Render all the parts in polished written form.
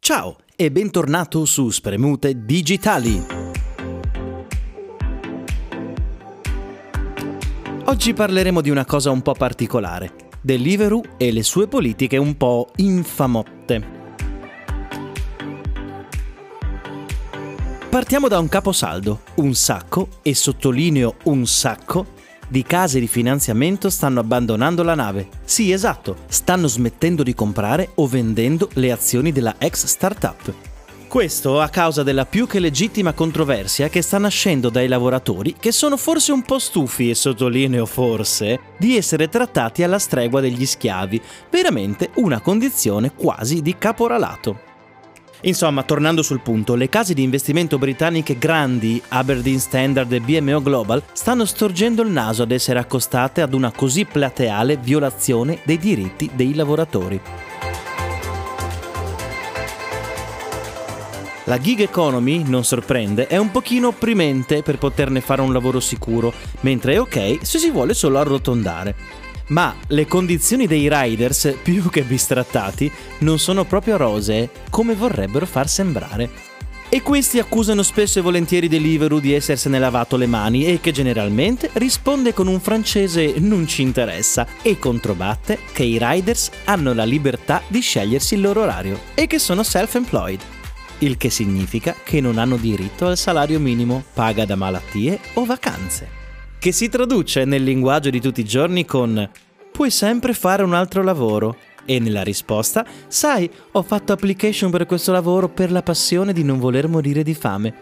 Ciao e bentornato su Spremute Digitali. Oggi parleremo di una cosa un po' particolare, Deliveroo e le sue politiche un po' infamotte. Partiamo da un caposaldo, un sacco, e sottolineo un sacco, di case di finanziamento stanno abbandonando la nave. Sì, esatto, stanno smettendo di comprare o vendendo le azioni della ex startup. Questo a causa della più che legittima controversia che sta nascendo dai lavoratori che sono forse un po' stufi, e sottolineo forse, di essere trattati alla stregua degli schiavi, veramente una condizione quasi di caporalato. Insomma, tornando sul punto, le case di investimento britanniche grandi, Aberdeen Standard e BMO Global, stanno storgendo il naso ad essere accostate ad una così plateale violazione dei diritti dei lavoratori. La gig economy, non sorprende, è un pochino opprimente per poterne fare un lavoro sicuro, mentre è ok se si vuole solo arrotondare. Ma le condizioni dei riders, più che bistrattati, non sono proprio rosee, come vorrebbero far sembrare. E questi accusano spesso e volentieri Deliveroo di essersene lavato le mani e che generalmente risponde con un francese "non ci interessa" e controbatte che i riders hanno la libertà di scegliersi il loro orario e che sono self-employed. Il che significa che non hanno diritto al salario minimo, paga da malattie o vacanze. Che si traduce nel linguaggio di tutti i giorni con "puoi sempre fare un altro lavoro" e nella risposta "sai, ho fatto application per questo lavoro per la passione di non voler morire di fame".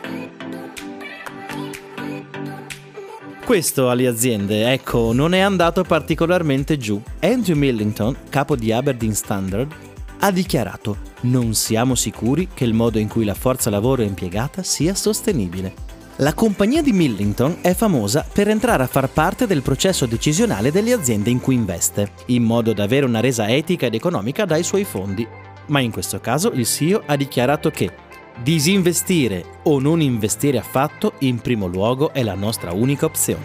Questo alle aziende, ecco, non è andato particolarmente giù. Andrew Millington, capo di Aberdeen Standard, ha dichiarato: "Non siamo sicuri che il modo in cui la forza lavoro è impiegata sia sostenibile". La compagnia di Millington è famosa per entrare a far parte del processo decisionale delle aziende in cui investe, in modo da avere una resa etica ed economica dai suoi fondi. Ma in questo caso il CEO ha dichiarato che disinvestire o non investire affatto in primo luogo è la nostra unica opzione.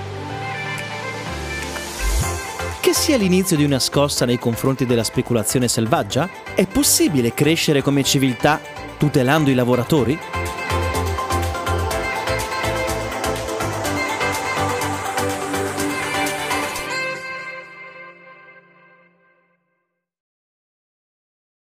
Che sia l'inizio di una scossa nei confronti della speculazione selvaggia? È possibile crescere come civiltà tutelando i lavoratori?